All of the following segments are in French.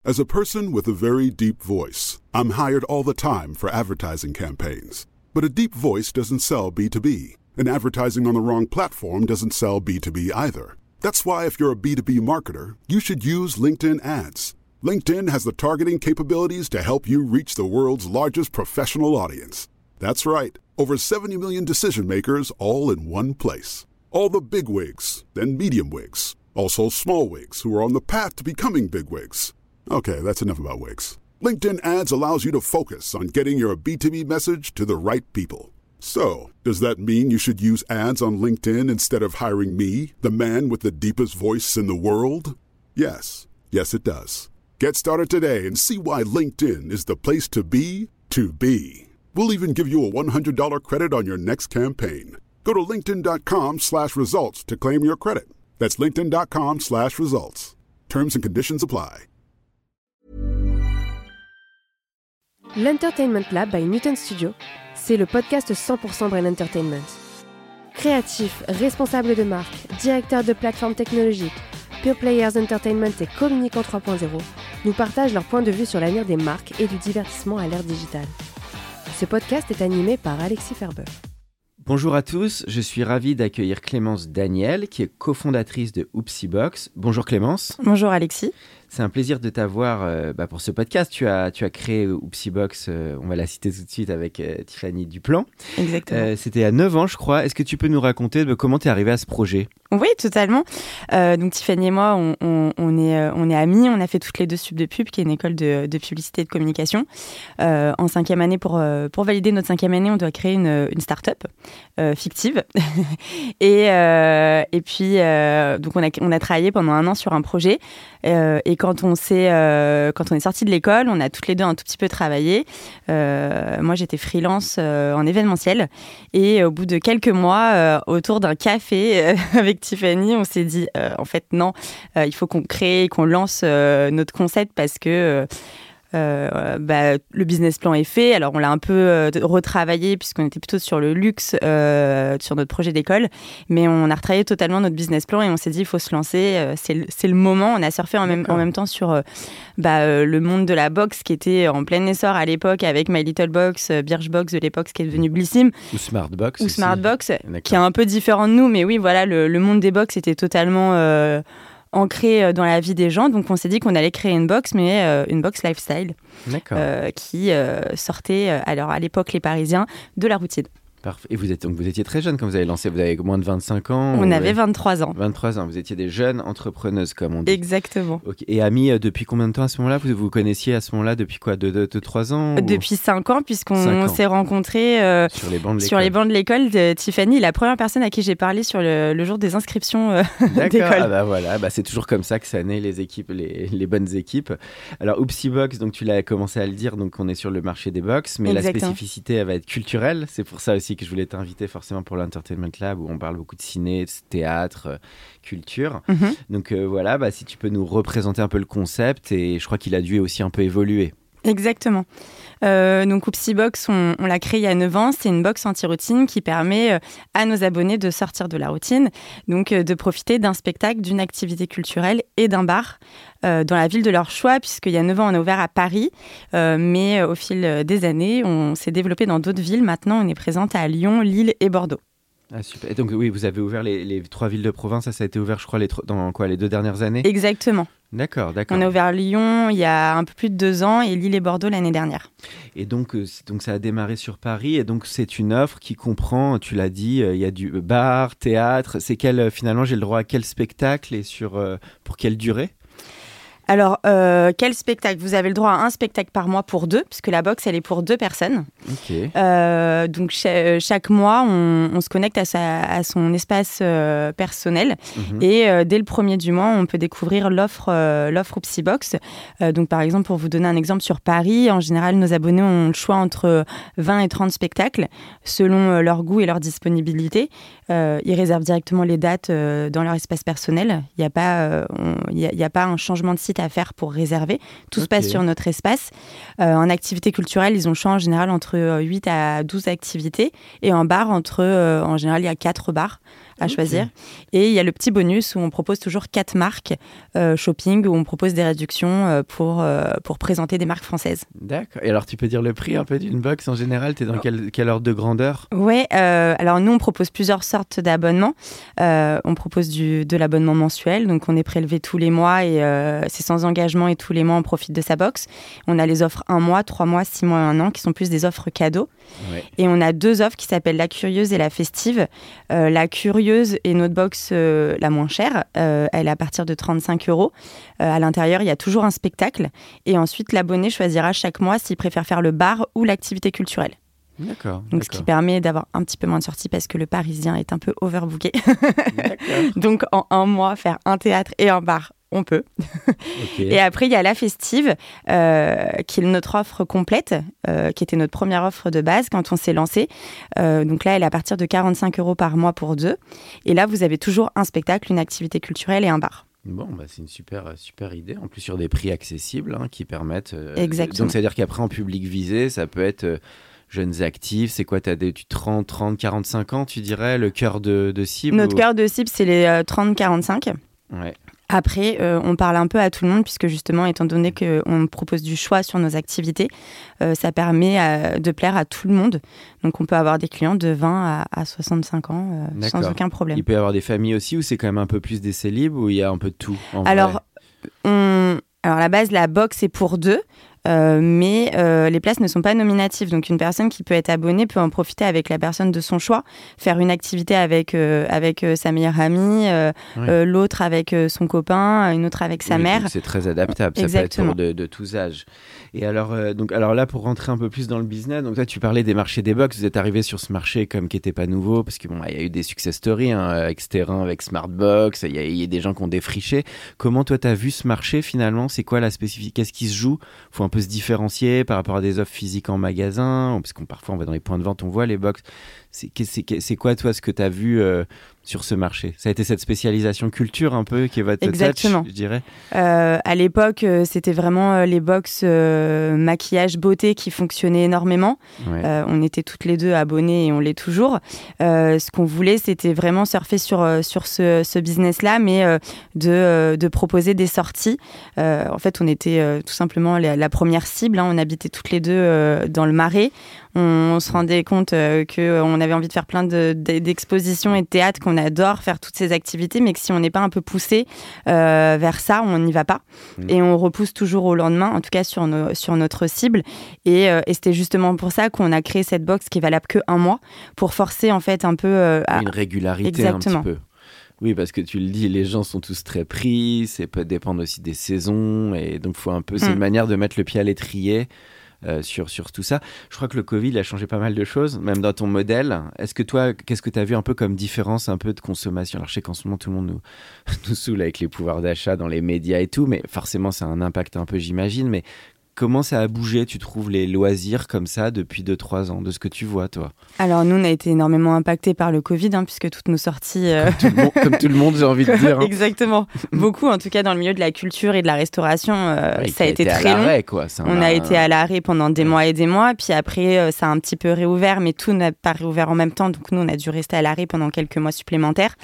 As a person with a very deep voice, I'm hired all the time for advertising campaigns. But a deep voice doesn't sell B2B, and advertising on the wrong platform doesn't sell B2B either. That's why if you're a B2B marketer, you should use LinkedIn ads. LinkedIn has the targeting capabilities to help you reach the world's largest professional audience. That's right, over 70 million decision makers all in one place. All the big wigs, then medium wigs, also small wigs who are on the path to becoming big wigs. Okay, that's enough about wigs. LinkedIn ads allows you to focus on getting your B2B message to the right people. So, does that mean you should use ads on LinkedIn instead of hiring me, the man with the deepest voice in the world? Yes. Yes, it does. Get started today and see why LinkedIn is the place to be to be. We'll even give you a $100 credit on your next campaign. Go to linkedin.com/results to claim your credit. That's linkedin.com/results. Terms and conditions apply. L'Entertainment Lab by Newton Studio, c'est le podcast 100% Brain Entertainment. Créatifs, responsables de marque, directeurs de plateformes technologiques, Pure Players Entertainment et Communicants 3.0 nous partagent leur point de vue sur l'avenir des marques et du divertissement à l'ère digitale. Ce podcast est animé par Alexis Ferber. Bonjour à tous, je suis ravi d'accueillir Clémence Daniel, qui est cofondatrice de Oopsiebox. Bonjour Clémence. Bonjour Alexis. C'est un plaisir de t'avoir pour ce podcast. Tu as créé Oopsiebox, on va la citer tout de suite avec Tiffany Duplan. Exactement. C'était à 9 ans, je crois. Est-ce que tu peux nous raconter comment tu es arrivée à ce projet ? Oui, totalement. Donc Tiffany et moi, on est amis. On a fait toutes les deux Sub de Pub, qui est une école de publicité et de communication. En 5e année, pour valider notre 5e année, on doit créer une start-up fictive. et puis, donc on a travaillé pendant 1 an sur un projet. Et quand on est sorti de l'école, on a toutes les deux un tout petit peu travaillé. Moi, j'étais freelance en événementiel. Et au bout de quelques mois, autour d'un café avec Tiffany, on s'est dit, en fait, non, il faut qu'on crée, qu'on lance notre concept parce que le business plan est fait. Alors, on l'a un peu retravaillé puisqu'on était plutôt sur le luxe, sur notre projet d'école. Mais on a retravaillé totalement notre business plan et on s'est dit, il faut se lancer. C'est le moment. On a surfé en même temps sur le monde de la boxe qui était en plein essor à l'époque avec My Little Box, Birchbox de l'époque, ce qui est devenu Blissim. Ou Smartbox. Ou Smartbox, qui est un peu différent de nous. Mais oui, voilà, le monde des box était totalement ancré dans la vie des gens. Donc, on s'est dit qu'on allait créer une box, mais une box lifestyle qui sortait, alors à l'époque, les Parisiens, de la routine. Parfait. Et vous étiez très jeune quand vous avez lancé, vous avez moins de 25 ans. On avait 23 ans. 23 ans, vous étiez des jeunes entrepreneuses, comme on dit. Exactement. Okay. Et amis, depuis combien de temps à ce moment-là ? Vous connaissiez à ce moment-là depuis quoi ? De 3 ans ? Depuis 5 ans, puisqu'on s'est rencontrés sur les bancs de l'école. Tiffany, la première personne à qui j'ai parlé sur le jour des inscriptions d'école. Ah bah voilà, c'est toujours comme ça que ça naît les équipes, les bonnes équipes. Alors Oopsiebox, donc tu l'as commencé à le dire, donc on est sur le marché des box, mais Exactement. La spécificité, elle va être culturelle. C'est pour ça aussi que je voulais t'inviter forcément pour l'Entertainment Lab où on parle beaucoup de ciné, de théâtre, culture. Mm-hmm. Donc voilà, si tu peux nous représenter un peu le concept, et je crois qu'il a dû aussi un peu évoluer. Exactement. Donc Oopsiebox, on l'a créé il y a 9 ans. C'est une box anti-routine qui permet à nos abonnés de sortir de la routine, donc de profiter d'un spectacle, d'une activité culturelle et d'un bar dans la ville de leur choix, puisqu'il y a 9 ans, on a ouvert à Paris, mais au fil des années, on s'est développé dans d'autres villes. Maintenant, on est présente à Lyon, Lille et Bordeaux. Ah, super. Et donc oui, vous avez ouvert les 3 villes de province, ça a été ouvert, je crois, dans les 2 dernières années ? Exactement. D'accord. On a ouvert Lyon il y a un peu plus de 2 ans et Lille et Bordeaux l'année dernière. Et donc ça a démarré sur Paris, et donc c'est une offre qui comprend, tu l'as dit, il y a du bar, théâtre. C'est finalement, j'ai le droit à quel spectacle et pour quelle durée ? Alors, quel spectacle ? Vous avez le droit à un spectacle par mois pour 2, puisque la box, elle est pour 2 personnes. Okay. Donc, chaque mois, on se connecte à son espace personnel. Mm-hmm. Et dès le 1er du mois, on peut découvrir l'offre Oopsiebox. Donc, par exemple, pour vous donner un exemple sur Paris, en général, nos abonnés ont le choix entre 20 et 30 spectacles, selon leur goût et leur disponibilité. Ils réservent directement les dates dans leur espace personnel. Il n'y a pas un changement de site à faire pour réserver. Tout se passe sur notre espace. En activité culturelle, ils ont le choix en général entre 8 à 12 activités. Et en bar, en général, il y a 4 bars à choisir. Et il y a le petit bonus où on propose toujours 4 marques shopping, où on propose des réductions pour présenter des marques françaises. D'accord. Et alors, tu peux dire le prix un peu d'une box en général? Tu es dans quelle ordre de grandeur? Oui, alors nous, on propose plusieurs sortes d'abonnements. On propose de l'abonnement mensuel, donc on est prélevé tous les mois et c'est sans engagement et tous les mois, on profite de sa box. On a les offres 1 mois, 3 mois, 6 mois et 1 an qui sont plus des offres cadeaux. Ouais. Et on a 2 offres qui s'appellent la curieuse et la festive. La curieuse est notre box la moins chère. Elle est à partir de 35 €. À l'intérieur, il y a toujours un spectacle. Et ensuite, l'abonné choisira chaque mois s'il préfère faire le bar ou l'activité culturelle. D'accord. Donc, ce qui permet d'avoir un petit peu moins de sorties parce que le Parisien est un peu overbooké. Donc, en 1 mois, faire un théâtre et un bar, on peut. Okay. Et après, il y a la festive, qui est notre offre complète, qui était notre première offre de base quand on s'est lancé. Donc là, elle est à partir de 45 € par mois pour 2. Et là, vous avez toujours un spectacle, une activité culturelle et un bar. Bon, c'est une super idée. En plus, sur des prix accessibles qui permettent... Exactement. Donc, c'est-à-dire qu'après, en public visé, ça peut être... jeunes actifs, c'est quoi? Tu as des 30, 45 ans, tu dirais, le cœur de cible? Notre cœur de cible, c'est les 30-45. Ouais. Après, on parle un peu à tout le monde, puisque justement, étant donné qu'on propose du choix sur nos activités, ça permet de plaire à tout le monde. Donc, on peut avoir des clients de 20 à 65 ans sans aucun problème. Il peut y avoir des familles aussi, où c'est quand même un peu plus des célibes, où il y a un peu de tout? Alors, à la base, la box est pour 2. Mais les places ne sont pas nominatives. Donc, une personne qui peut être abonnée peut en profiter avec la personne de son choix, faire une activité avec sa meilleure amie, l'autre avec son copain, une autre avec sa mère. C'est très adaptable. Exactement. Ça peut être de tous âges. Et alors là, pour rentrer un peu plus dans le business, donc là, tu parlais des marchés des box. Vous êtes arrivé sur ce marché qui n'était pas nouveau, parce qu'il y a eu des success stories avec Sterrin, avec Smartbox. Il y a des gens qui ont défriché. Comment toi, tu as vu ce marché finalement? C'est quoi la spécificité? Qu'est-ce qui se joue? Faut peut se différencier par rapport à des offres physiques en magasin, parce qu'on parfois on va dans les points de vente, on voit les box. C'est quoi toi ce que tu as vu sur ce marché? Ça a été cette spécialisation culture un peu qui est votre touch, je dirais. À l'époque, c'était vraiment les box maquillage beauté qui fonctionnaient énormément. Ouais. On était toutes les deux abonnées et on l'est toujours. Ce qu'on voulait, c'était vraiment surfer sur ce business-là, mais de proposer des sorties. En fait, on était tout simplement la première cible. On habitait toutes les deux dans le Marais. On se rendait compte qu'on avait envie de faire plein d'expositions et de théâtres, qu'on adore faire toutes ces activités, mais que si on n'est pas un peu poussé vers ça, on n'y va pas. Et on repousse toujours au lendemain, en tout cas sur notre cible. Et c'était justement pour ça qu'on a créé cette box qui est valable que 1 mois, pour forcer en fait un peu à... Une régularité. Exactement. Un petit peu. Oui, parce que tu le dis, les gens sont tous très pris, ça peut dépendre aussi des saisons, et donc faut un peu, c'est une manière de mettre le pied à l'étrier. Sur tout ça. Je crois que le Covid a changé pas mal de choses, même dans ton modèle. Est-ce que toi, qu'est-ce que tu as vu un peu comme différence un peu de consommation? Alors je sais qu'en ce moment, tout le monde nous saoule avec les pouvoirs d'achat dans les médias et tout, mais forcément, ça a un impact un peu, j'imagine. Mais comment ça a bougé, tu trouves, les loisirs comme ça depuis 2-3 ans, de ce que tu vois, toi? Alors, nous, on a été énormément impactés par le Covid, puisque toutes nos sorties... Comme tout le monde, j'ai envie de dire. Exactement. Beaucoup, en tout cas, dans le milieu de la culture et de la restauration, ça a été très long. Quoi. On a été à l'arrêt pendant des mois et des mois, puis après, ça a un petit peu réouvert, mais tout n'a pas réouvert en même temps, donc nous, on a dû rester à l'arrêt pendant quelques mois supplémentaires.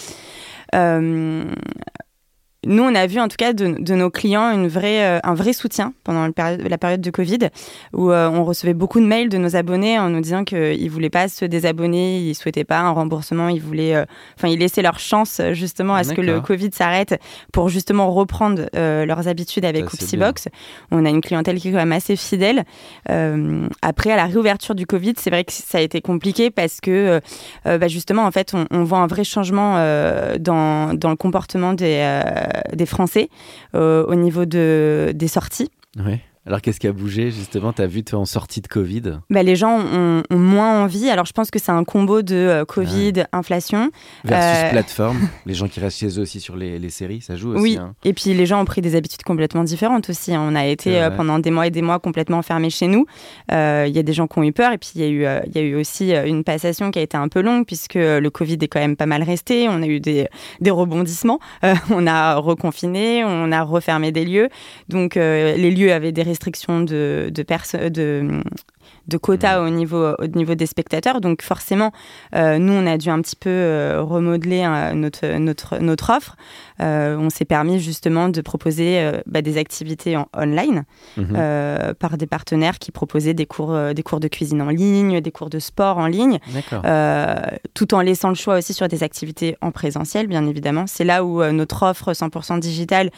Nous, on a vu en tout cas de nos clients un vrai soutien pendant la période de Covid, où on recevait beaucoup de mails de nos abonnés en nous disant qu'ils ne voulaient pas se désabonner, ils ne souhaitaient pas un remboursement, ils laissaient leur chance justement à ce que le Covid s'arrête pour justement reprendre leurs habitudes avec Oupsibox. On a une clientèle qui est quand même assez fidèle. Après, à la réouverture du Covid, c'est vrai que ça a été compliqué parce que justement, en fait, on voit un vrai changement dans le comportement des Français au niveau des sorties. Oui. Alors, qu'est-ce qui a bougé, justement? Tu as vu, toi, en sortie de Covid? Les gens ont moins envie. Alors, je pense que c'est un combo de Covid, inflation. Versus plateforme. Les gens qui restent chez eux aussi sur les séries, ça joue aussi. Oui, et puis les gens ont pris des habitudes complètement différentes aussi. On a été pendant des mois et des mois complètement enfermés chez nous. Il y a des gens qui ont eu peur. Et puis, il y a eu aussi une passation qui a été un peu longue, puisque le Covid est quand même pas mal resté. On a eu des rebondissements. On a reconfiné, on a refermé des lieux. Donc, les lieux avaient des restrictions de quotas au niveau des spectateurs. Donc forcément, nous, on a dû un petit peu remodeler notre offre. On s'est permis justement de proposer des activités online par des partenaires qui proposaient des cours de cuisine en ligne, des cours de sport en ligne, tout en laissant le choix aussi sur des activités en présentiel, bien évidemment. C'est là où notre offre 100% digitale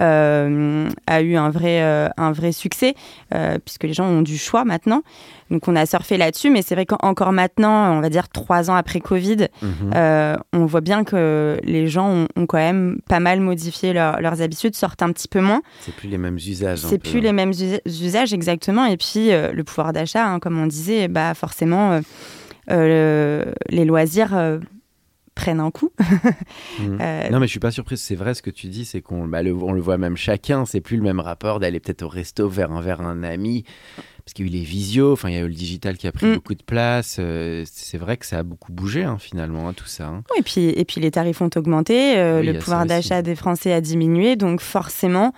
a eu un vrai succès, puisque les gens ont du choix maintenant. Donc on a surfé là-dessus, mais c'est vrai qu'encore maintenant, on va dire 3 ans après Covid, on voit bien que les gens ont quand même pas mal modifié leurs habitudes, sortent un petit peu moins. C'est plus les mêmes usages. C'est plus les mêmes usages, exactement. Et puis le pouvoir d'achat, comme on disait, forcément, les loisirs prennent un coup. Non, mais je suis pas surprise. C'est vrai ce que tu dis, c'est qu'on on le voit même chacun. C'est plus le même rapport d'aller peut-être au resto vers un ami. Parce qu'il y a eu les visios, il y a eu le digital qui a pris beaucoup de place. C'est vrai que ça a beaucoup bougé, finalement, tout ça. Oui, et puis les tarifs ont augmenté, le pouvoir d'achat des Français a diminué, donc forcément,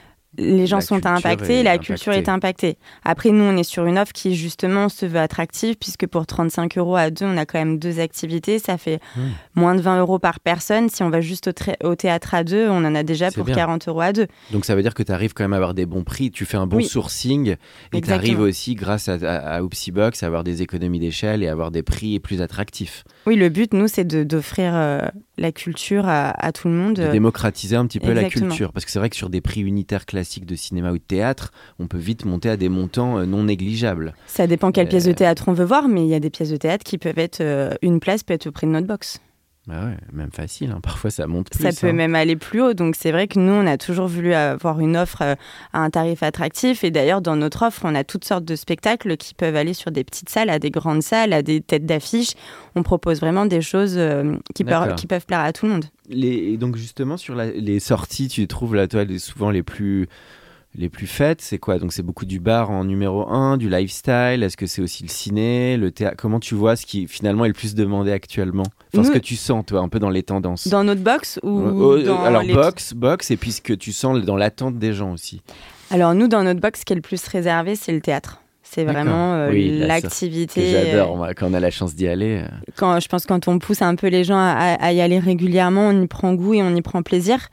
les gens sont impactés, la culture est impactée. Après, nous, on est sur une offre qui, justement, se veut attractive, puisque pour 35 € à 2, on a quand même 2 activités. Ça fait moins de 20 € par personne. Si on va juste au théâtre à 2, on en a déjà pour 40 € à 2. Donc, ça veut dire que tu arrives quand même à avoir des bons prix. Tu fais un bon sourcing et tu arrives aussi, grâce à Oopsiebox, à avoir des économies d'échelle et à avoir des prix plus attractifs. Oui, le but, nous, c'est d'offrir la culture à tout le monde. De démocratiser un petit peu la culture. Parce que c'est vrai que sur des prix unitaires classiques de cinéma ou de théâtre, on peut vite monter à des montants non négligeables. Ça dépend quelle pièce de théâtre on veut voir, mais il y a des pièces de théâtre qui peuvent être... une place peut être au prix de notre box. Bah ouais, même facile, parfois ça monte plus. Ça peut même aller plus haut, donc c'est vrai que nous, on a toujours voulu avoir une offre à un tarif attractif, et d'ailleurs, dans notre offre, on a toutes sortes de spectacles qui peuvent aller sur des petites salles, à des grandes salles, à des têtes d'affiche. On propose vraiment des choses qui peuvent plaire à tout le monde. Et donc justement, sur les sorties, tu trouves là, toi, souvent les plus faites, c'est quoi? Donc c'est beaucoup du bar en numéro 1, du lifestyle, est-ce que c'est aussi le ciné, le théâtre? Comment tu vois ce qui finalement est le plus demandé actuellement? Ce que tu sens, toi, un peu dans les tendances. Dans notre box alors box, et puis ce que tu sens dans l'attente des gens aussi. Alors nous, dans notre box, ce qui est le plus réservé, c'est le théâtre. C'est vraiment l'activité que j'adore, moi, quand on a la chance d'y aller. Je pense que quand on pousse un peu les gens à y aller régulièrement, on y prend goût et on y prend plaisir.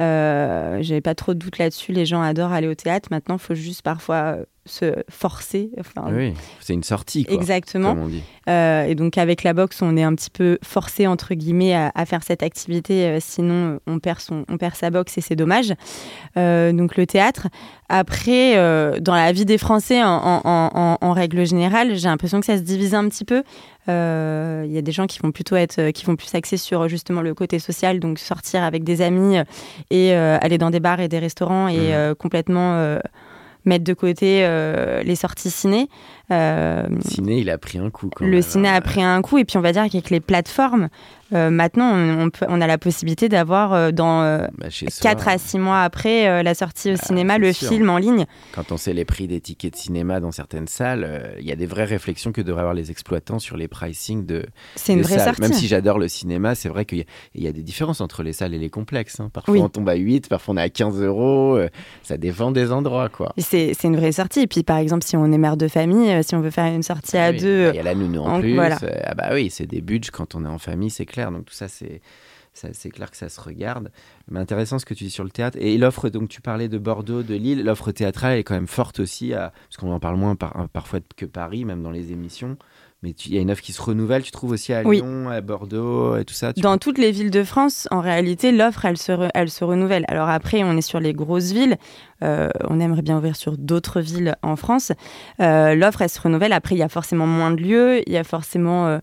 J'avais pas trop de doute là-dessus. Les gens adorent aller au théâtre. Maintenant, il faut juste parfois se forcer. Oui, c'est une sortie, quoi. Exactement. Comme on dit. Et donc, avec la boxe, on est un petit peu forcé, entre guillemets, à faire cette activité. Sinon, on perd sa boxe et c'est dommage. Donc, le théâtre. Après, dans la vie des Français, en règle générale, j'ai l'impression que ça se divise un petit peu. Il y a des gens qui vont plus axer sur justement le côté social, donc sortir avec des amis et aller dans des bars et des restaurants et complètement mettre de côté les sorties ciné. Ciné, il a pris un coup. Le ciné a pris un coup, et puis on va dire qu'avec les plateformes, maintenant, on a la possibilité d'avoir dans 4 à 6 mois après la sortie au cinéma, le film en ligne. Quand on sait les prix des tickets de cinéma dans certaines salles, il y a des vraies réflexions que devraient avoir les exploitants sur les pricing de C'est une vraie salles. sortie. Même si j'adore le cinéma, c'est vrai qu'il y a des différences entre les salles et les complexes. Parfois, on tombe à 8, parfois on est à 15 €. Ça dépend des endroits, quoi. C'est une vraie sortie. Et puis, par exemple, si on est mère de famille, si on veut faire une sortie à 2... Il y a la nounou en plus. Voilà. C'est des budgets quand on est en famille, c'est clair. Donc tout ça, c'est clair que ça se regarde. Mais intéressant ce que tu dis sur le théâtre. Et l'offre, donc tu parlais de Bordeaux, de Lille, l'offre théâtrale est quand même forte aussi, parce qu'on en parle moins parfois que Paris, même dans les émissions. Mais il y a une offre qui se renouvelle, tu trouves aussi à Lyon, à Bordeaux et tout ça? Dans toutes les villes de France, en réalité, l'offre, elle se renouvelle. Alors après, on est sur les grosses villes. On aimerait bien ouvrir sur d'autres villes en France. L'offre, elle se renouvelle. Après, il y a forcément moins de lieux. Il y a forcément...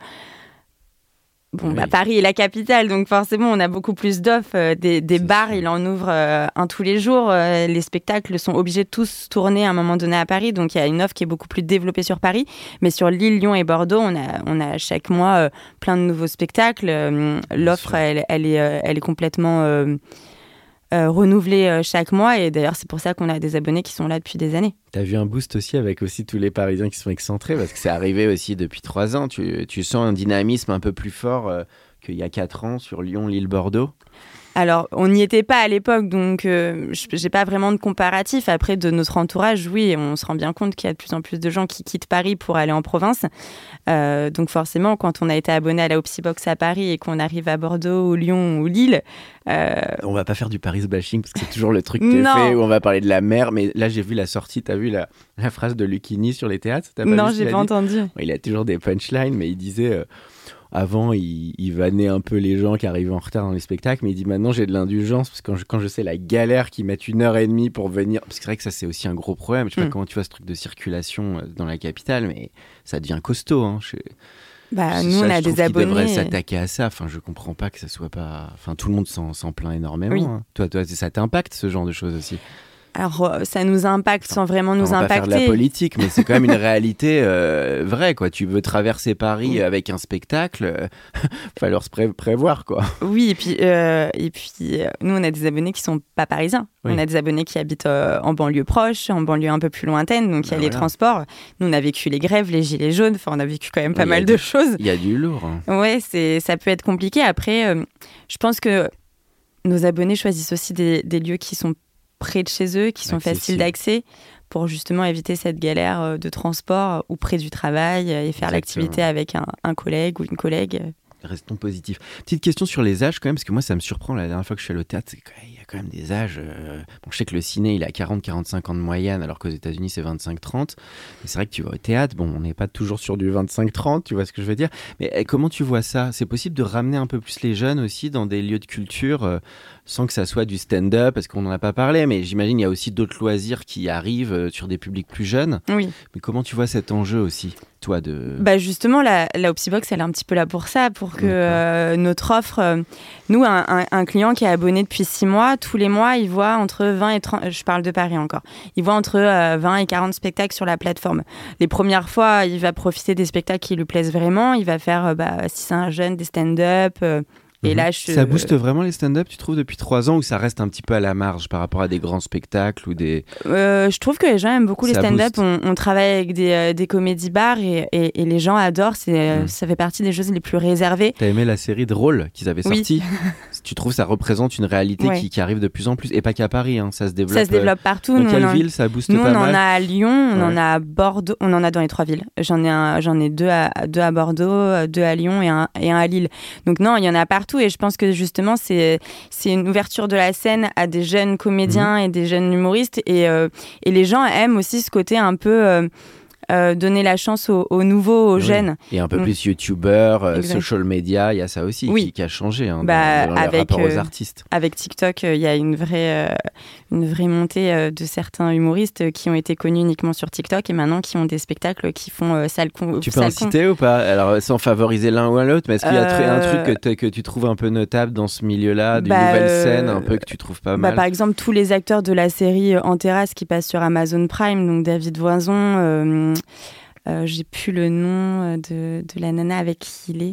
Paris est la capitale, donc forcément, on a beaucoup plus d'offres. Des bars, il en ouvre un tous les jours. Les spectacles sont obligés de tous tourner à un moment donné à Paris, donc il y a une offre qui est beaucoup plus développée sur Paris. Mais sur Lille, Lyon et Bordeaux, on a chaque mois plein de nouveaux spectacles. L'offre, elle est complètement renouvelée chaque mois, et d'ailleurs, c'est pour ça qu'on a des abonnés qui sont là depuis des années. T'as vu un boost aussi avec aussi tous les Parisiens qui sont excentrés, parce que c'est arrivé aussi depuis 3 ans. Tu sens un dynamisme un peu plus fort qu'il y a 4 ans sur Lyon, Lille, Bordeaux? Alors, on n'y était pas à l'époque, donc j'ai pas vraiment de comparatif. Après, de notre entourage, oui, on se rend bien compte qu'il y a de plus en plus de gens qui quittent Paris pour aller en province. Donc forcément, quand on a été abonné à la Opsibox à Paris et qu'on arrive à Bordeaux ou Lyon ou Lille... On va pas faire du Paris bashing parce que c'est toujours le truc qui est fait où on va parler de la mer. Mais là, j'ai vu la sortie, t'as vu la phrase de Lucchini sur les théâtres? Non, j'ai pas entendu. Il a toujours des punchlines, mais il disait... Avant, il vannait un peu les gens qui arrivaient en retard dans les spectacles, mais il dit maintenant j'ai de l'indulgence parce que quand je sais la galère qu'ils mettent 1h30 pour venir, parce que c'est vrai que ça c'est aussi un gros problème. Je sais pas comment tu vois ce truc de circulation dans la capitale, mais ça devient costaud. Hein. Nous on a des abonnés. Devrait s'attaquer à ça. Enfin, je comprends pas que ça soit pas. Enfin, tout le monde s'en plaint énormément. Oui. Hein. Toi, ça t'impacte ce genre de choses aussi? Alors, ça nous impacte sans vraiment nous impacter. On va pas faire de la politique, mais c'est quand même une réalité vraie, quoi. Tu veux traverser Paris avec un spectacle, falloir se prévoir, quoi. Oui, et puis, nous, on a des abonnés qui sont pas parisiens. Oui. On a des abonnés qui habitent en banlieue proche, en banlieue un peu plus lointaine, donc il y a les transports. Nous, on a vécu les grèves, les gilets jaunes, enfin, on a vécu quand même pas mal de choses. Il y a du lourd. Hein. Ouais, ça peut être compliqué. Après, je pense que nos abonnés choisissent aussi des lieux qui sont près de chez eux, qui sont faciles d'accès pour justement éviter cette galère de transport ou près du travail et faire l'activité avec un collègue ou une collègue. Restons positifs. Petite question sur les âges quand même, parce que moi ça me surprend la dernière fois que je suis allé au théâtre, il y a quand même des âges... Bon, je sais que le ciné il a 40-45 ans de moyenne alors qu'aux États-Unis c'est 25-30. Et c'est vrai que tu vas au théâtre, bon on n'est pas toujours sur du 25-30, tu vois ce que je veux dire. Mais comment tu vois ça? C'est possible de ramener un peu plus les jeunes aussi dans des lieux de culture sans que ça soit du stand-up, parce qu'on n'en a pas parlé, mais j'imagine il y a aussi d'autres loisirs qui arrivent sur des publics plus jeunes. Oui. Mais comment tu vois cet enjeu aussi, toi de... Justement, la Opsibox, elle est un petit peu là pour ça, pour que notre offre... nous, un client qui est abonné depuis 6 mois, tous les mois, il voit entre 20 et 30... Je parle de Paris encore. Il voit entre 20 et 40 spectacles sur la plateforme. Les premières fois, il va profiter des spectacles qui lui plaisent vraiment. Il va faire, si c'est un jeune, des stand-up... Et là, ça booste vraiment les stand-up, tu trouves, depuis 3 ans, ou ça reste un petit peu à la marge par rapport à des grands spectacles ou des... Je trouve que les gens aiment beaucoup les stand-up. On travaille avec des comédie bars et les gens adorent. Ça fait partie des choses les plus réservées. T'as aimé la série Drôle qu'ils avaient sortie? Tu trouves que ça représente une réalité qui arrive de plus en plus, et pas qu'à Paris, hein, ça se développe. Ça se développe partout. Dans quelle ville ça booste pas mal? Nous, on en a à Lyon, on en a à Bordeaux, on en a dans les 3 villes. J'en ai 2 à Bordeaux, 2 à Lyon et un à Lille. Donc non, il y en a partout, et je pense que justement c'est une ouverture de la scène à des jeunes comédiens et des jeunes humoristes, et les gens aiment aussi ce côté un peu donner la chance aux nouveaux, aux jeunes. Et un peu plus youtubeurs, social media, il y a ça aussi qui a changé dans le rapport aux artistes. Avec TikTok, il y a une vraie montée de certains humoristes qui ont été connus uniquement sur TikTok et maintenant qui ont des spectacles qui font salle con. Tu peux en citer ou pas? Alors, sans favoriser l'un ou l'autre, mais est-ce qu'il y a un truc que tu trouves un peu notable dans ce milieu-là, d'une nouvelle scène un peu que tu trouves pas mal? Par exemple, tous les acteurs de la série En Terrasse qui passent sur Amazon Prime, donc David Voison, j'ai plus le nom de la nana avec qui il est.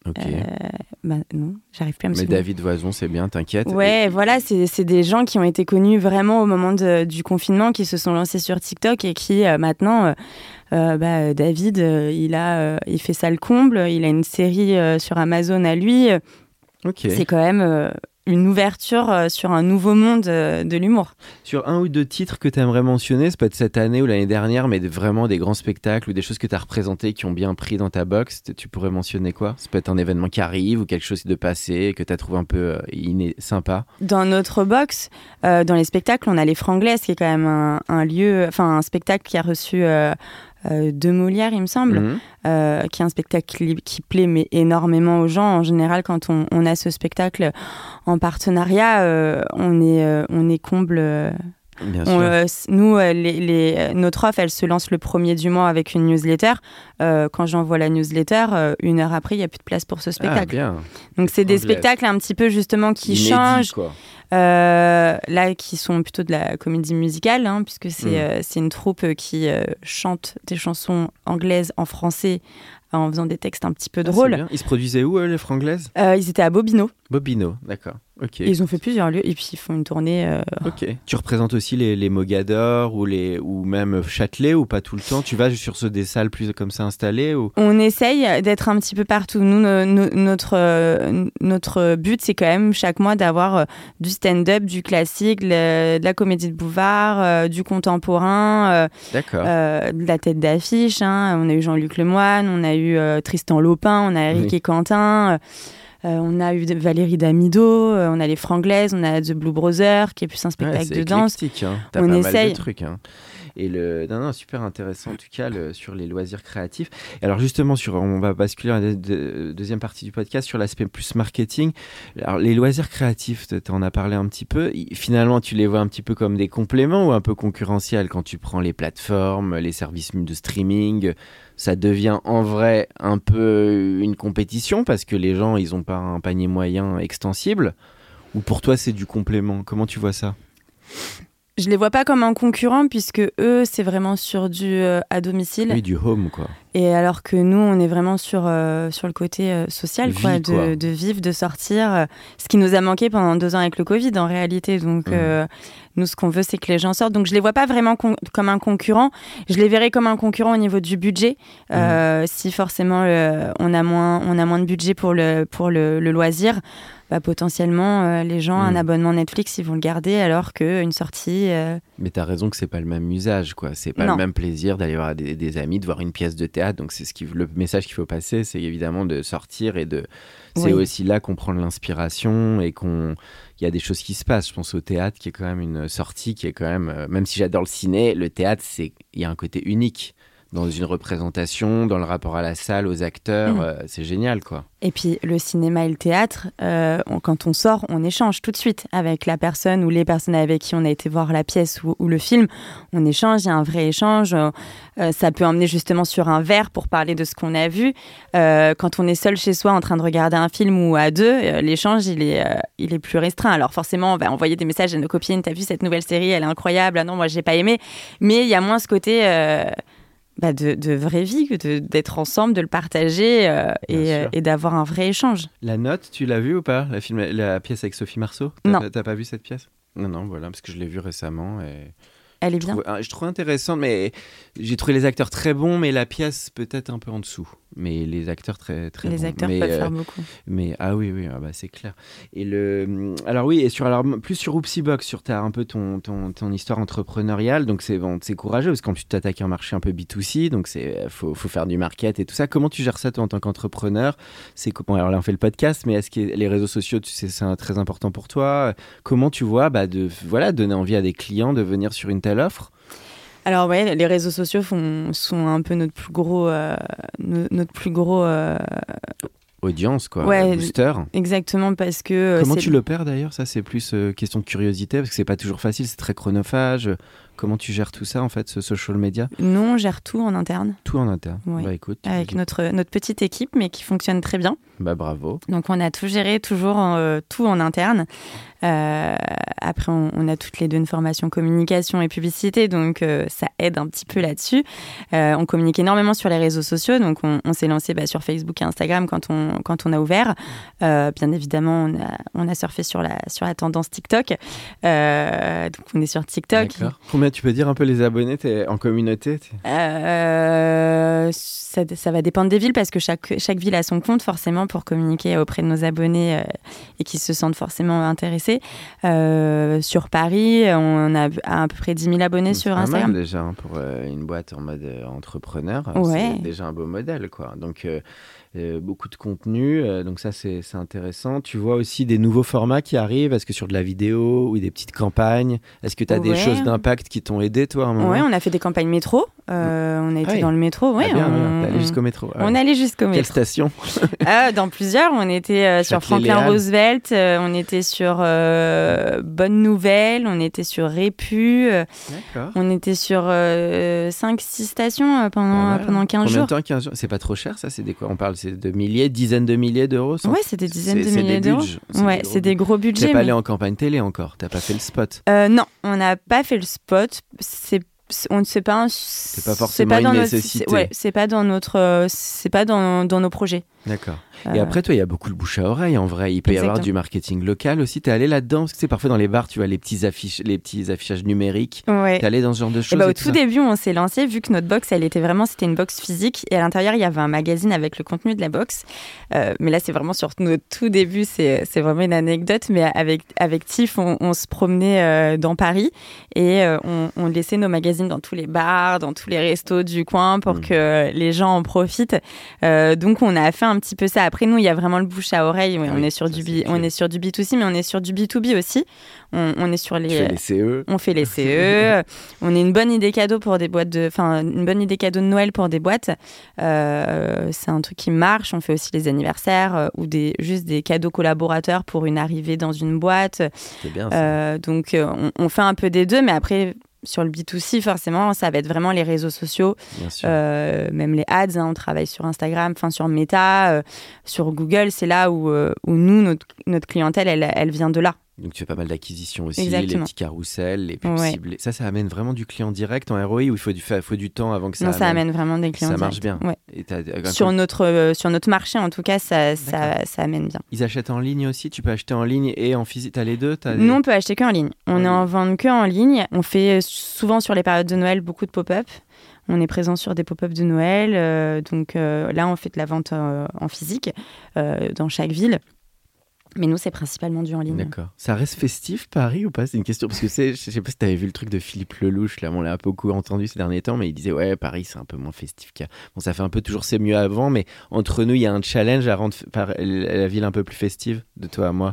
Non, j'arrive plus à me souvenir. Mais David Voison, c'est bien, t'inquiète. Ouais, voilà, c'est des gens qui ont été connus vraiment au moment du confinement, qui se sont lancés sur TikTok et qui maintenant, David, il fait ça le comble, il a une série sur Amazon à lui. C'est quand même une ouverture sur un nouveau monde de l'humour. Sur 1 ou 2 titres que tu aimerais mentionner, ça peut être cette année ou l'année dernière, mais vraiment des grands spectacles ou des choses que tu as représentées qui ont bien pris dans ta box, tu pourrais mentionner quoi? Ça peut être un événement qui arrive ou quelque chose de passé que tu as trouvé un peu sympa. Dans notre box, dans les spectacles, on a les Franglaises, qui est quand même un spectacle qui a reçu 2 Molières, il me semble, qui est un spectacle qui plaît mais énormément aux gens. En général, quand on a ce spectacle en partenariat, on est comble. Bien sûr. Nous, notre offre, elle se lance le 1er du mois avec une newsletter. Quand j'envoie la newsletter, 1 heure après, il n'y a plus de place pour ce spectacle. Bien. Donc, c'est des spectacles un petit peu justement qui changent. Quoi. Là, qui sont plutôt de la comédie musicale, hein, puisque c'est une troupe qui chante des chansons anglaises en français en faisant des textes un petit peu C'est drôles. bien. Ils se produisaient où, les Franglaises ? Ils étaient à Bobino. Bobino, d'accord. Ok. Et ils ont fait plusieurs lieux et puis ils font une tournée. Ok. Tu représentes aussi les Mogador ou même Châtelet ou pas tout le temps ? Tu vas sur des salles plus comme ça installées ou... On essaye d'être un petit peu partout. Nous, notre but, c'est quand même chaque mois d'avoir du stand-up, du classique, de la comédie de boulevard, du contemporain, D'accord. de la tête d'affiche. Hein. On a eu Jean-Luc Lemoyne, on a eu Tristan Lopin, on a Eric et Quentin. On a eu Valérie Damido, on a les Franglaises, on a The Blue Brothers, qui est plus un spectacle de danse. C'est éclectique, hein. T'as On pas essaye. mal de trucs. Hein. Et non, super intéressant en tout cas sur les loisirs créatifs. Et alors justement, on va basculer à la deuxième partie du podcast sur l'aspect plus marketing. Alors les loisirs créatifs, tu en as parlé un petit peu. Finalement, tu les vois un petit peu comme des compléments ou un peu concurrentiels quand tu prends les plateformes, les services de streaming. Ça devient en vrai un peu une compétition parce que les gens, ils n'ont pas un panier moyen extensible. Ou pour toi, c'est du complément ? Comment tu vois ça ? Je les vois pas comme un concurrent puisque eux, c'est vraiment sur du à domicile. Oui, du home, quoi. Et alors que nous, on est vraiment sur le côté social, Vie, quoi. De vivre, de sortir. Ce qui nous a manqué pendant 2 ans avec le Covid, en réalité. Donc, nous, ce qu'on veut, c'est que les gens sortent. Donc, je les vois pas vraiment comme un concurrent. Je les verrais comme un concurrent au niveau du budget. Si forcément, on a moins de budget pour le loisir, bah, potentiellement, les gens, un abonnement Netflix, ils vont le garder alors qu'une sortie... Mais t'as raison que c'est pas le même usage, quoi. C'est pas le même plaisir d'aller voir des amis, de voir une pièce de théâtre. Donc c'est le message qu'il faut passer, c'est évidemment de sortir et c'est aussi là qu'on prend de l'inspiration et il y a des choses qui se passent. Je pense au théâtre qui est quand même une sortie qui est quand même si j'adore le ciné, le théâtre il y a un côté unique dans une représentation, dans le rapport à la salle, aux acteurs, c'est génial, quoi. Et puis le cinéma et le théâtre, quand on sort, on échange tout de suite avec la personne ou les personnes avec qui on a été voir la pièce ou le film. On échange, il y a un vrai échange. Ça peut emmener justement sur un verre pour parler de ce qu'on a vu. Quand on est seul chez soi en train de regarder un film ou à deux, l'échange, il est plus restreint. Alors forcément, on va envoyer des messages à nos copines. T'as vu cette nouvelle série, elle est incroyable. Ah non, moi, j'ai pas aimé. Mais il y a moins ce côté... de vraie vie, d'être ensemble, de le partager et d'avoir un vrai échange. La Note, tu l'as vue ou pas ? La pièce avec Sophie Marceau ? Non. T'as pas vu cette pièce ? Non, voilà, parce que je l'ai vue récemment et... Elle est bien. Je trouve intéressante, mais j'ai trouvé les acteurs très bons, mais la pièce peut-être un peu en dessous. Mais les acteurs très bons. Les acteurs peuvent faire beaucoup. Mais oui, c'est clair. Et alors oui, et plus sur Oopsiebox, sur un peu ton histoire entrepreneuriale, donc c'est courageux parce qu'en plus tu t'attaques à un marché un peu B2C, donc faut faire du market et tout ça. Comment tu gères ça toi en tant qu'entrepreneur ? Alors là on fait le podcast, mais est-ce que les réseaux sociaux, tu sais, c'est très important pour toi ? Comment tu vois donner envie à des clients de venir sur une telle offre ? Alors ouais, les réseaux sociaux sont un peu notre plus gros audience, quoi, ouais, booster. Exactement, parce que... Comment tu l'opères d'ailleurs ? Ça, c'est plus question de curiosité, parce que c'est pas toujours facile, c'est très chronophage. Comment tu gères tout ça, en fait, ce social media ? Nous, on gère tout en interne. Tout en interne. Ouais. Bah écoute. Avec notre petite équipe, mais qui fonctionne très bien. Bah bravo. Donc on a tout géré, toujours tout en interne. Après, on a toutes les deux une formation communication et publicité, donc ça aide un petit peu là-dessus. On communique énormément sur les réseaux sociaux, donc on s'est lancé sur Facebook et Instagram quand on a ouvert. Bien évidemment, on a surfé sur la tendance TikTok. Donc on est sur TikTok. D'accord. Combien tu peux dire un peu les abonnés en communauté ? Ça va dépendre des villes parce que chaque ville a son compte forcément pour communiquer auprès de nos abonnés et qui se sentent forcément intéressés. Sur Paris, on a à peu près 10 000 abonnés sur Instagram. C'est pas mal déjà pour une boîte en mode entrepreneur. Ouais. C'est déjà un beau modèle, quoi. Donc beaucoup de contenu, donc ça c'est intéressant. Tu vois aussi des nouveaux formats qui arrivent, est-ce que sur de la vidéo ou des petites campagnes, est-ce que tu as des choses d'impact qui t'ont aidé toi à un moment ? Ouais, on a fait des campagnes métro, on a été dans le métro. Ouais, t'es allé jusqu'au métro. On est allé jusqu'au métro. Quelle station ? Dans plusieurs, on était sur Franklin Roosevelt, on était sur Bonne Nouvelle, on était sur Répu, on était sur 5-6 stations pendant 15 jours. Combien de temps 15 jours ? C'est pas trop cher ça ? C'est des quoi ? On parle de milliers, dizaines de milliers d'euros ? Ouais, c'est des dizaines de milliers d'euros. Ouais, c'est des gros budgets. T'es pas allé en campagne télé encore ? T'as pas fait le spot ? Non, on n'a pas fait le spot. C'est C'est pas forcément une nécessité. C'est pas dans nos projets. D'accord. Et après, toi, il y a beaucoup le bouche à oreille, en vrai. Il peut y avoir du marketing local aussi. T'es allé là-dedans? Parce que c'est parfois dans les bars, tu vois les petits affichages numériques. Ouais. T'es allé dans ce genre de choses? Au tout début, on s'est lancé, vu que notre box, c'était une box physique. Et à l'intérieur, il y avait un magazine avec le contenu de la box. Mais là, c'est vraiment sur notre tout début. C'est vraiment une anecdote. Mais avec Tiff, on se promenait dans Paris. Et on laissait nos magazines dans tous les bars, dans tous les restos du coin pour que les gens en profitent. Donc, on a fait un petit peu ça. Après, nous, il y a vraiment le bouche à oreille. On est sur du B2C, mais on est sur du B2B aussi. On est sur les... Tu fais les CE. On fait les CE. On est une bonne idée cadeau pour des boîtes une bonne idée cadeau de Noël pour des boîtes. C'est un truc qui marche. On fait aussi les anniversaires ou juste des cadeaux collaborateurs pour une arrivée dans une boîte. C'est bien ça. Donc, on fait un peu des deux, mais après... Sur le B2C, forcément, ça va être vraiment les réseaux sociaux, même les ads. On travaille sur Instagram, sur Meta, sur Google. C'est là où nous, notre clientèle, elle vient de là. Donc tu fais pas mal d'acquisitions aussi, Exactement. les petits carousels, les pubs ciblées. Ça amène vraiment du client direct en ROI ou il faut du temps avant que ça ça amène vraiment des clients directs. Ça marche bien. Ouais. Et sur notre marché, en tout cas, ça amène bien. Ils achètent en ligne aussi? Tu peux acheter en ligne et en physique? T'as les deux? Nous, on peut acheter qu'en ligne. On est en vente qu'en ligne. On fait souvent sur les périodes de Noël beaucoup de pop-up. On est présent sur des pop-up de Noël. Donc là, on fait de la vente en physique dans chaque ville. Mais nous, c'est principalement du en ligne. D'accord. Ça reste festif, Paris, ou pas? C'est une question, parce que je sais pas si t'avais vu le truc de Philippe Lelouch, là, on l'a un peu beaucoup entendu ces derniers temps, mais il disait, ouais, Paris, c'est un peu moins festif qu'à... Bon, ça fait un peu toujours c'est mieux avant, mais entre nous, il y a un challenge à rendre la ville un peu plus festive, de toi à moi.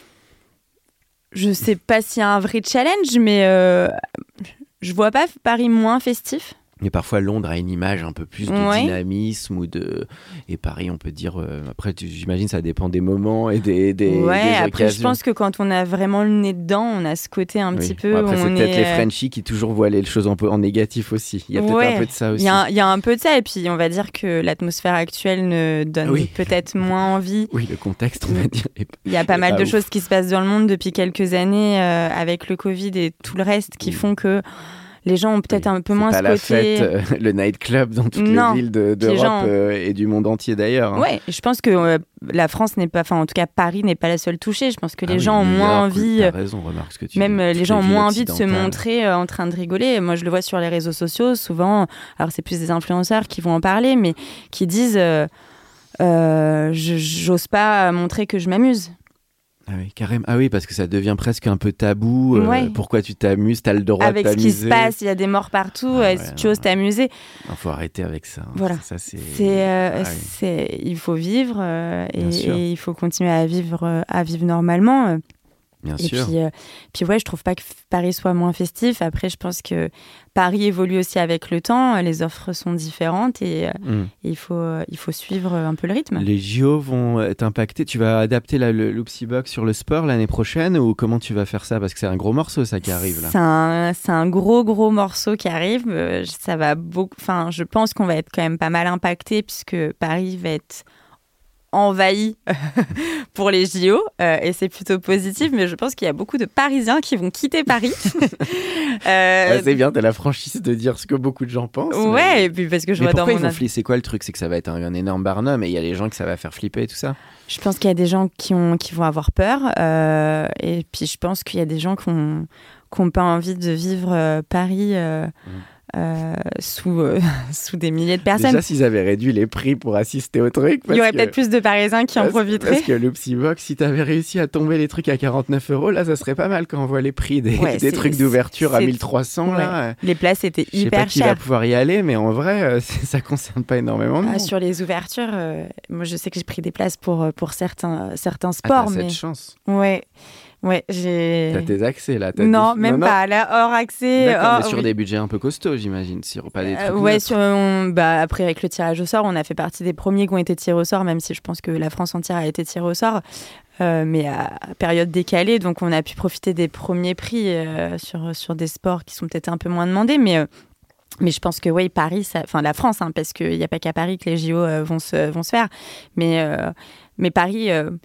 Je sais pas s'il y a un vrai challenge, mais je vois pas Paris moins festif. Mais parfois, Londres a une image un peu plus de dynamisme et Paris, on peut dire... Après, j'imagine, ça dépend des moments et des après, occasions. Je pense que quand on a vraiment le nez dedans, on a ce côté un petit peu... Après, c'est peut-être les Frenchies qui toujours voient les choses en négatif aussi. Il y a peut-être un peu de ça aussi. Il y a un peu de ça. Et puis, on va dire que l'atmosphère actuelle ne donne peut-être moins envie. Oui, le contexte, on va dire. Il y a pas mal de choses qui se passent dans le monde depuis quelques années avec le Covid et tout le reste qui font que... Les gens ont peut-être un peu moins ce côté... C'est pas la fête, le nightclub dans toutes les villes d'Europe et du monde entier d'ailleurs. Hein. Ouais, je pense que la France n'est pas... Enfin, en tout cas, Paris n'est pas la seule touchée. Je pense que les gens ont moins envie... T'as raison, remarque ce que tu dis. Même les gens ont moins envie de se montrer en train de rigoler. Moi, je le vois sur les réseaux sociaux, souvent. Alors, c'est plus des influenceurs qui vont en parler, mais qui disent j'ose pas montrer que je m'amuse. Ah oui, carrément. Ah oui, parce que ça devient presque un peu tabou. Pourquoi tu t'amuses? T'as le droit de t'amuser. Avec ce qui se passe, il y a des morts partout. Si tu oses t'amuser. Il faut arrêter avec ça. Voilà. Ça, il faut vivre et il faut continuer à vivre normalement. Bien sûr. Puis je trouve pas que Paris soit moins festif. Après, je pense que Paris évolue aussi avec le temps. Les offres sont différentes et il faut suivre un peu le rythme. Les JO vont t'impacter. Tu vas adapter le Loopsy Box sur le sport l'année prochaine ou comment tu vas faire ça? Parce que c'est un gros morceau ça qui arrive là. C'est un gros morceau qui arrive. Ça va beaucoup. Enfin, je pense qu'on va être quand même pas mal impacté puisque Paris va être envahi pour les JO et c'est plutôt positif, mais je pense qu'il y a beaucoup de Parisiens qui vont quitter Paris. C'est bien, t'as la franchise de dire ce que beaucoup de gens pensent. Ouais, et puis parce que je vois dans mon... C'est quoi le truc? C'est que ça va être un énorme barnum et il y a les gens que ça va faire flipper et tout ça. Je pense qu'il y a des gens qui vont avoir peur et puis je pense qu'il y a des gens qui n'ont pas envie de vivre Paris sous des milliers de personnes. Déjà, s'ils avaient réduit les prix pour assister au truc... Il y aurait peut-être plus de Parisiens qui en profiteraient. Parce que le Psybox, si t'avais réussi à tomber les trucs à 49 €, là, ça serait pas mal quand on voit les prix des trucs d'ouverture à 1300. Là. Les places étaient hyper chères. Je sais pas qui va pouvoir y aller, mais en vrai, ça concerne pas énormément de monde. Sur les ouvertures, moi, je sais que j'ai pris des places pour certains sports. T'as cette chance. Ouais, j'ai... T'as tes accès là? Non, même pas. Là, hors accès. D'accord, mais sur des budgets un peu costauds, j'imagine. Pas des trucs après, avec le tirage au sort, on a fait partie des premiers qui ont été tirés au sort, même si je pense que la France entière a été tirée au sort. Mais à période décalée, donc on a pu profiter des premiers prix sur des sports qui sont peut-être un peu moins demandés. Mais je pense que Paris, enfin la France, parce qu'il n'y a pas qu'à Paris que les JO vont se faire. Mais Paris...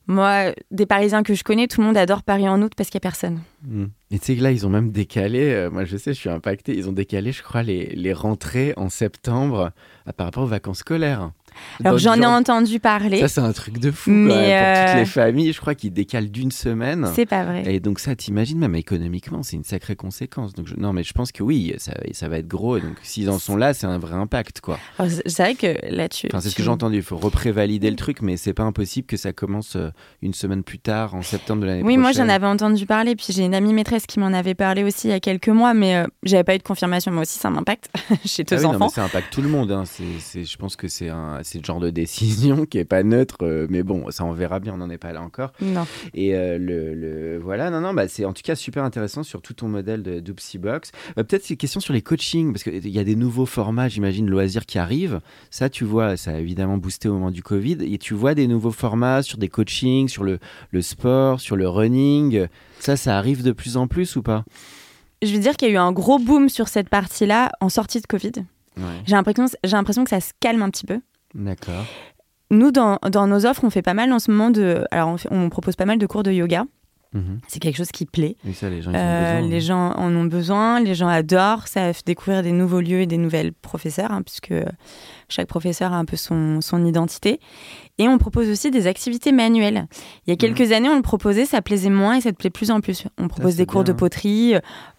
Moi, des Parisiens que je connais, tout le monde adore Paris en août parce qu'il n'y a personne. Et tu sais que là, ils ont même décalé, moi je sais, je suis impacté, ils ont décalé, je crois, les rentrées en septembre par rapport aux vacances scolaires. Alors j'en ai entendu parler. Ça, c'est un truc de fou pour toutes les familles. Je crois qu'ils décalent d'1 semaine. C'est pas vrai. Et donc ça, t'imagines, même économiquement, c'est une sacrée conséquence. Donc non, mais je pense que oui, ça va être gros. Et donc s'ils en sont là, c'est un vrai impact, quoi. Alors, c'est vrai que là, c'est ce que j'ai entendu. Il faut reprévalider le truc, mais c'est pas impossible que ça commence 1 semaine plus tard, en septembre de l'année prochaine. Oui, moi j'en avais entendu parler. Puis j'ai une amie maîtresse qui m'en avait parlé aussi il y a quelques mois, mais j'avais pas eu de confirmation. Moi aussi, ça m'impacte chez 2 enfants. Non, mais ça impacte tout le monde. Hein. Je pense que c'est le genre de décision qui est pas neutre, mais bon, ça on verra bien, on n'en est pas là encore. Non. Et voilà, c'est en tout cas super intéressant sur tout ton modèle de Doopsiebox. Peut-être ces questions sur les coachings, parce qu'il y a des nouveaux formats, j'imagine, loisirs qui arrivent. Ça, tu vois, ça a évidemment boosté au moment du Covid. Et tu vois des nouveaux formats sur des coachings, sur le sport, sur le running. Ça arrive de plus en plus ou pas ? Je veux dire qu'il y a eu un gros boom sur cette partie-là en sortie de Covid. Ouais. J'ai l'impression que ça se calme un petit peu. D'accord. Nous, dans nos offres, on fait pas mal en ce moment on propose pas mal de cours de yoga. C'est quelque chose qui plaît. Et ça, les gens, ils ont besoin. Les gens en ont besoin, les gens adorent. Ça fait découvrir des nouveaux lieux et des nouvelles professeurs, puisque chaque professeur a un peu son identité. Et on propose aussi des activités manuelles. Il y a quelques années, on le proposait, ça plaisait moins et ça te plaît de plus en plus. On propose des cours de poterie,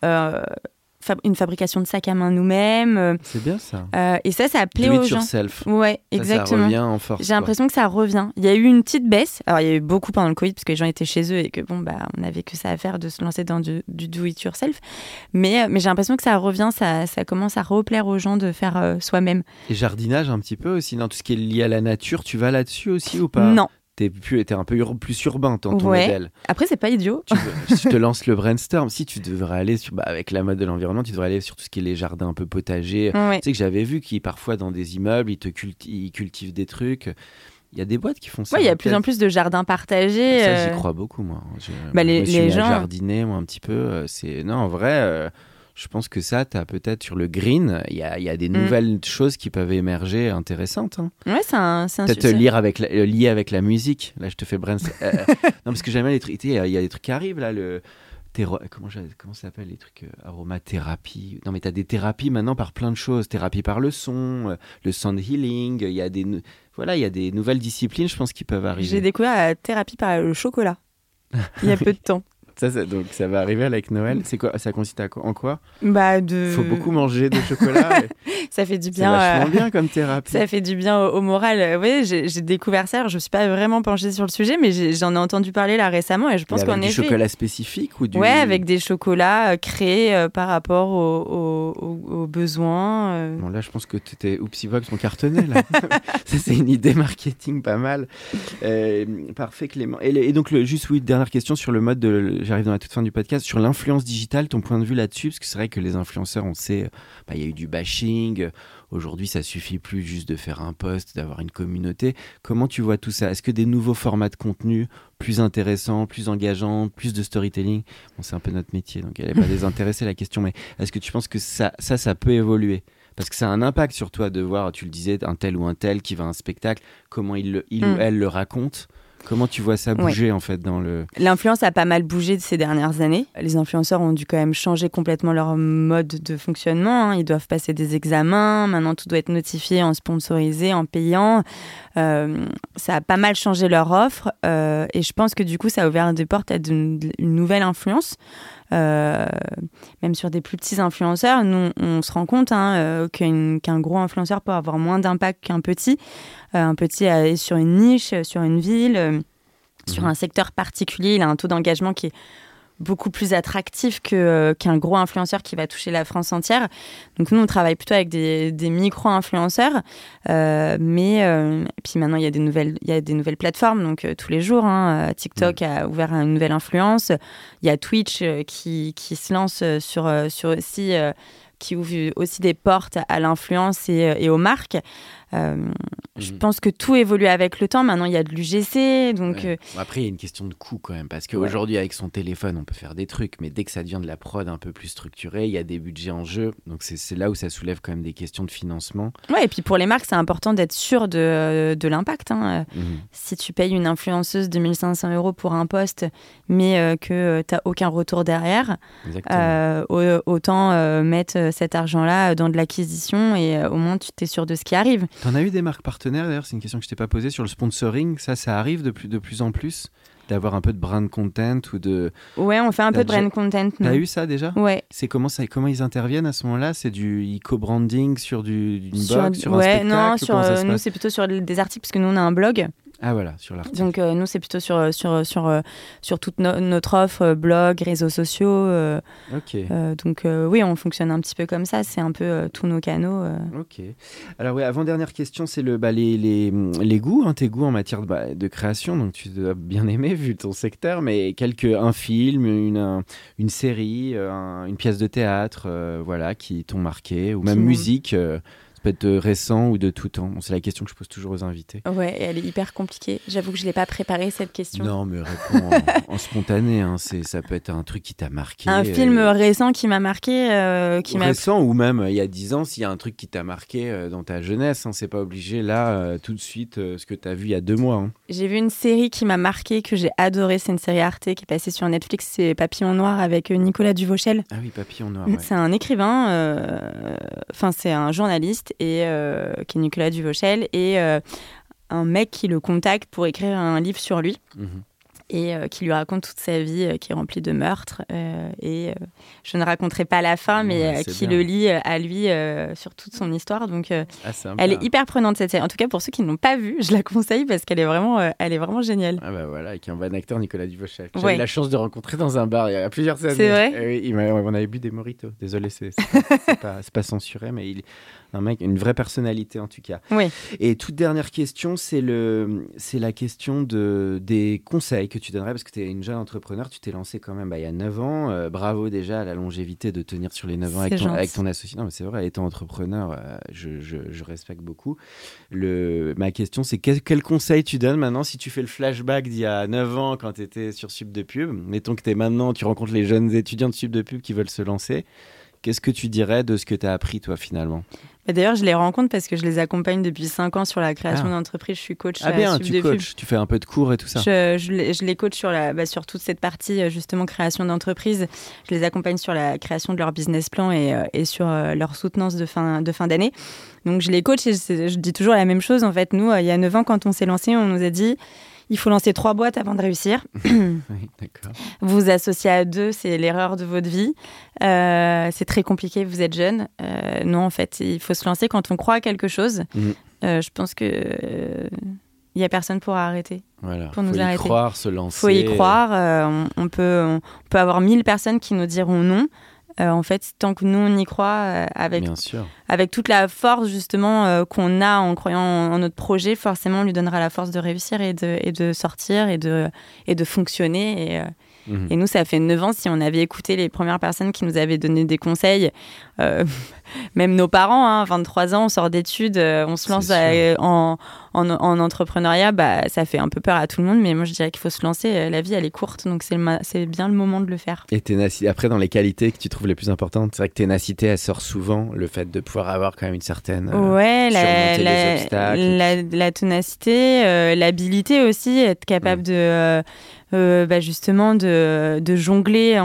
une fabrication de sacs à main nous-mêmes. C'est bien ça. Et ça plaît aux gens. Yourself. Ouais, exactement. Ça revient en force. J'ai l'impression que ça revient. Il y a eu une petite baisse. Alors, il y a eu beaucoup pendant le Covid parce que les gens étaient chez eux et que on n'avait que ça à faire de se lancer dans du do-it-yourself. Mais j'ai l'impression que ça revient, ça commence à replaire aux gens de faire soi-même. Et jardinage un petit peu aussi, tout ce qui est lié à la nature, tu vas là-dessus aussi ou pas ? Non. T'es un peu plus urbain dans ton modèle. Après, c'est pas idiot. Je te lance le brainstorm. Si tu devrais aller avec la mode de l'environnement, tu devrais aller sur tout ce qui est les jardins un peu potagers. Ouais. Tu sais que j'avais vu qu'ils parfois dans des immeubles, ils cultivent des trucs. Il y a des boîtes qui font ça. Ouais, il y a de plus en plus de jardins partagés. Ça, j'y crois beaucoup, moi. Les gens jardiner, moi, un petit peu. Non, en vrai. Je pense que ça, tu as peut-être sur le green, il y a des nouvelles choses qui peuvent émerger intéressantes. Hein. Ouais, c'est un peut-être succès. lié avec la musique. Là, je te fais brainstorm. Non, parce que j'aime bien les trucs. Il y a des trucs qui arrivent là. Comment ça s'appelle les trucs aromathérapie. Non, mais tu as des thérapies maintenant par plein de choses. Thérapie par le son, le sound healing. Il y a des nouvelles disciplines, je pense, qui peuvent arriver. J'ai découvert la thérapie par le chocolat il y a peu de temps. Donc ça va arriver avec Noël. C'est quoi ? Ça consiste en quoi ? Faut beaucoup manger de chocolat. Ça fait du bien. C'est vachement bien comme thérapie. Ça fait du bien au moral. Oui, j'ai découvert ça. Alors, je ne me suis pas vraiment penchée sur le sujet, mais j'en ai entendu parler là récemment et je pense qu'en effet. Avec du chocolat spécifique ou du... Ouais, avec des chocolats créés par rapport aux besoins. Bon, là, je pense que Doopsiebox ont cartonné. Là. Ça, c'est une idée marketing pas mal. Parfait, Clément. Et donc, dernière question sur le mode de... J'arrive dans la toute fin du podcast, sur l'influence digitale, ton point de vue là-dessus, parce que c'est vrai que les influenceurs, on sait, il y a eu du bashing, aujourd'hui ça suffit plus juste de faire un post, d'avoir une communauté. Comment tu vois tout ça ? Est-ce que des nouveaux formats de contenu plus intéressants, plus engageants, plus de storytelling, c'est un peu notre métier, donc elle n'est pas désintéressée la question, mais est-ce que tu penses que ça peut évoluer ? Parce que ça a un impact sur toi de voir, tu le disais, un tel ou un tel qui va à un spectacle, comment il ou elle le raconte. Comment tu vois ça bouger en fait dans le... L'influence a pas mal bougé ces dernières années. Les influenceurs ont dû quand même changer complètement leur mode de fonctionnement. Ils doivent passer des examens. Maintenant, tout doit être notifié, en sponsorisé, en payant. Ça a pas mal changé leur offre. Et je pense que du coup, ça a ouvert des portes à une nouvelle influence. Même sur des plus petits influenceurs, nous, on se rend compte qu'un gros influenceur peut avoir moins d'impact qu'un petit. Un petit est sur une niche, sur une ville, sur un secteur particulier. Il a un taux d'engagement qui est beaucoup plus attractif qu'un gros influenceur qui va toucher la France entière. Donc nous, on travaille plutôt avec des micro-influenceurs. Mais puis maintenant, il y a des nouvelles plateformes. Donc tous les jours, TikTok a ouvert une nouvelle influence. Il y a Twitch qui se lance sur aussi... qui ouvre aussi des portes à l'influence et aux marques. Je pense que tout évolue avec le temps. Maintenant, il y a de l'UGC. Donc, Après, il y a une question de coût quand même. Parce qu'aujourd'hui, avec son téléphone, on peut faire des trucs. Mais dès que ça devient de la prod un peu plus structurée, il y a des budgets en jeu. Donc, c'est là où ça soulève quand même des questions de financement. Ouais, et puis pour les marques, c'est important d'être sûr de l'impact. Si tu payes une influenceuse 2500 € pour un post, mais que tu n'as aucun retour derrière, autant mettre cet argent-là dans de l'acquisition et au moins tu t'es sûr de ce qui arrive. T'en as eu des marques partenaires d'ailleurs, c'est une question que je t'ai pas posée sur le sponsoring, ça arrive de plus en plus d'avoir un peu de brand content ou de... Ouais, on fait un peu de brand content. T'as eu ça déjà ? Ouais. C'est comment ils interviennent à ce moment-là ? C'est du co-branding sur d'une box, sur un spectacle ? Non, nous c'est plutôt sur des articles parce que nous on a un blog. Ah voilà, sur l'article. Donc nous c'est plutôt sur toute notre offre, blog, réseaux sociaux. Ok. Donc oui, on fonctionne un petit peu comme ça, c'est un peu tous nos canaux. Ok. Alors avant-dernière question, c'est les goûts, tes goûts en matière de création. Donc tu dois bien aimer vu ton secteur, mais un film, une série, une pièce de théâtre, qui t'ont marqué, ou même musique. Peut être récent ou de tout temps. C'est la question que je pose toujours aux invités. Ouais, elle est hyper compliquée. J'avoue que je ne l'ai pas préparée, cette question. Non, mais réponds en spontané. Ça peut être un truc qui t'a marqué. Un film récent qui m'a marqué. Récent ou même il y a 10 ans, s'il y a un truc qui t'a marqué dans ta jeunesse. C'est pas obligé là, tout de suite, ce que t'as vu il y a 2 mois. J'ai vu une série qui m'a marqué, que j'ai adorée. C'est une série Arte qui est passée sur Netflix. C'est Papillon Noir avec Nicolas Duvauchel. Ah oui, Papillon Noir. Ouais. C'est un écrivain, c'est un journaliste. Qui est Nicolas Duvauchel, et un mec qui le contacte pour écrire un livre sur lui. Et qui lui raconte toute sa vie qui est remplie de meurtres. Je ne raconterai pas la fin, mais qui le lit à lui sur toute son histoire. Donc, elle est hyper prenante, cette série. En tout cas, pour ceux qui ne l'ont pas vue, je la conseille parce qu'elle est vraiment géniale. Ah bah voilà, avec un bon acteur, Nicolas Duvauchel. J'ai eu la chance de rencontrer dans un bar il y a plusieurs années. C'est vrai ? Oui, on avait bu des mojitos. Désolé, c'est pas censuré, mais il est un mec, une vraie personnalité en tout cas. Oui. Et toute dernière question, c'est la question des conseils que tu donnerais, parce que tu es une jeune entrepreneur, tu t'es lancé quand même il y a 9 ans. Bravo déjà à la longévité de tenir sur les 9 ans avec ton associé. Non, mais c'est vrai, étant entrepreneur, je respecte beaucoup. Ma question, c'est quel conseil tu donnes maintenant si tu fais le flashback d'il y a 9 ans quand tu étais sur Sub de Pub ? Mettons que tu rencontres les jeunes étudiants de Sub de Pub qui veulent se lancer. Qu'est-ce que tu dirais de ce que tu as appris, toi, finalement ? D'ailleurs, je les rencontre parce que je les accompagne depuis 5 ans sur la création d'entreprise. Je suis coach à bien, Sub de Pub. Pub. Tu fais un peu de cours et tout ça. Je les coach sur toute cette partie, justement, création d'entreprise. Je les accompagne sur la création de leur business plan et sur leur soutenance de fin d'année. Donc, je les coach et je dis toujours la même chose. En fait, nous, il y a 9 ans, quand on s'est lancé, on nous a dit... Il faut lancer 3 boîtes avant de réussir. Oui, d'accord. Vous vous associez à 2, c'est l'erreur de votre vie. C'est très compliqué, vous êtes jeune. Non, en fait, il faut se lancer quand on croit à quelque chose. Je pense que il n'y a personne pour arrêter. Voilà. Pour nous arrêter. Faut y croire, se lancer. Il faut y croire. On peut avoir 1000 personnes qui nous diront non. En fait, tant que nous, on y croit, avec toute la force, justement, qu'on a en croyant en notre projet, forcément, on lui donnera la force de réussir et de sortir et de fonctionner. Et nous, ça fait 9 ans, si on avait écouté les premières personnes qui nous avaient donné des conseils, même nos parents, 23 ans, on sort d'études, on se lance en entrepreneuriat, ça fait un peu peur à tout le monde, mais moi, je dirais qu'il faut se lancer. La vie, elle est courte, donc c'est bien le moment de le faire. Et ténacité, après, dans les qualités que tu trouves les plus importantes, c'est vrai que ténacité, elle sort souvent, le fait de pouvoir avoir quand même une certaine... surmonter les obstacles. La ténacité, l'habilité aussi, être capable de justement de jongler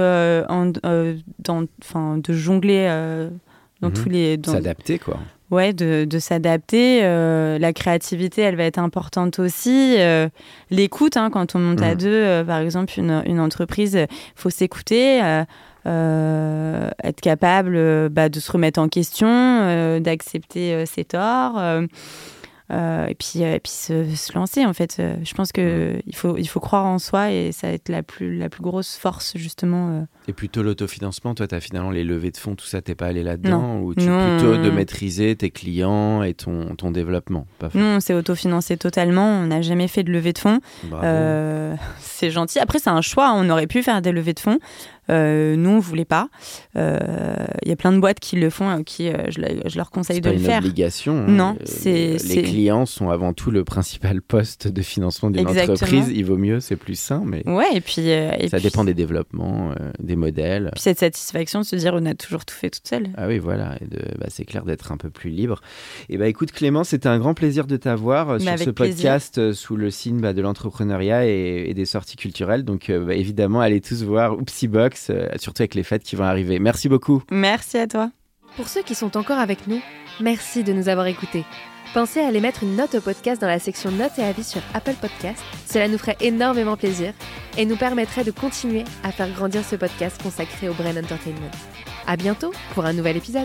de jongler dans tous les... S'adapter, quoi. Ouais, de s'adapter. La créativité, elle va être importante aussi. L'écoute, quand on monte à 2, par exemple, une entreprise, il faut s'écouter, être capable de se remettre en question, d'accepter ses torts. Et puis se lancer, en fait. Je pense qu'il faut croire en soi et ça va être la plus grosse force, justement. Et plutôt l'autofinancement, toi, tu as finalement les levées de fonds, tout ça, t'es pas allé là-dedans? Ou plutôt de maîtriser tes clients et ton développement? Non, on s'est autofinancé totalement. On n'a jamais fait de levée de fonds. C'est gentil. Après, c'est un choix. On aurait pu faire des levées de fonds. Nous, on voulait pas. Il y a plein de boîtes qui le font, je leur conseille de le faire. C'est pas une obligation. Non, les clients sont avant tout le principal poste de financement d'une entreprise. Il vaut mieux, c'est plus sain, mais ouais, et puis ça dépend des développements, des modèles. Puis cette satisfaction de se dire on a toujours tout fait toute seule. Ah oui, voilà, et c'est clair d'être un peu plus libre. Et écoute Clément, c'était un grand plaisir de t'avoir sur ce podcast sous le signe de l'entrepreneuriat et des sorties culturelles. Donc évidemment, allez tous voir Oopsiebox, surtout avec les fêtes qui vont arriver. Merci beaucoup. Merci à toi. Pour ceux qui sont encore avec nous, merci de nous avoir écoutés. Pensez à aller mettre une note au podcast dans la section notes et avis sur Apple Podcasts. Cela nous ferait énormément plaisir et nous permettrait de continuer à faire grandir ce podcast consacré au Brain Entertainment. À bientôt pour un nouvel épisode.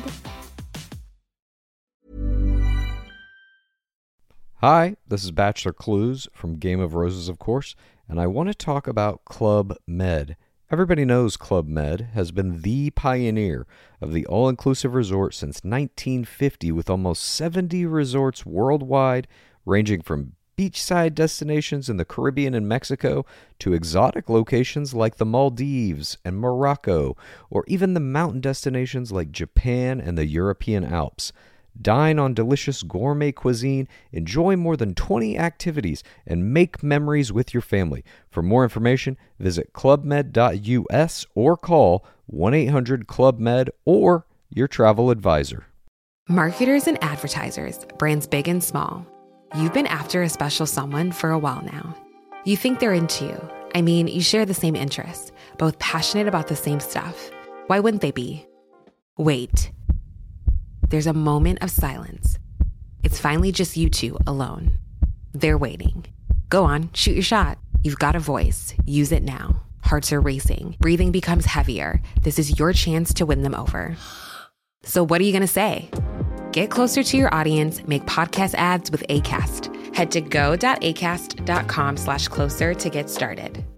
Hi, this is Bachelor Clues from Game of Roses, of course, and I want to talk about Club Med. Everybody knows Club Med has been the pioneer of the all-inclusive resort since 1950, with almost 70 resorts worldwide, ranging from beachside destinations in the Caribbean and Mexico to exotic locations like the Maldives and Morocco, or even the mountain destinations like Japan and the European Alps. Dine on delicious gourmet cuisine, enjoy more than 20 activities, and make memories with your family. For more information, visit clubmed.us or call 1-800-CLUB-MED or your travel advisor. Marketers and advertisers, brands big and small. You've been after a special someone for a while now. You think they're into you. I mean, you share the same interests, both passionate about the same stuff. Why wouldn't they be? Wait. There's a moment of silence. It's finally just you two alone. They're waiting. Go on, shoot your shot. You've got a voice. Use it now. Hearts are racing. Breathing becomes heavier. This is your chance to win them over. So what are you going to say? Get closer to your audience. Make podcast ads with Acast. Head to go.acast.com/closer to get started.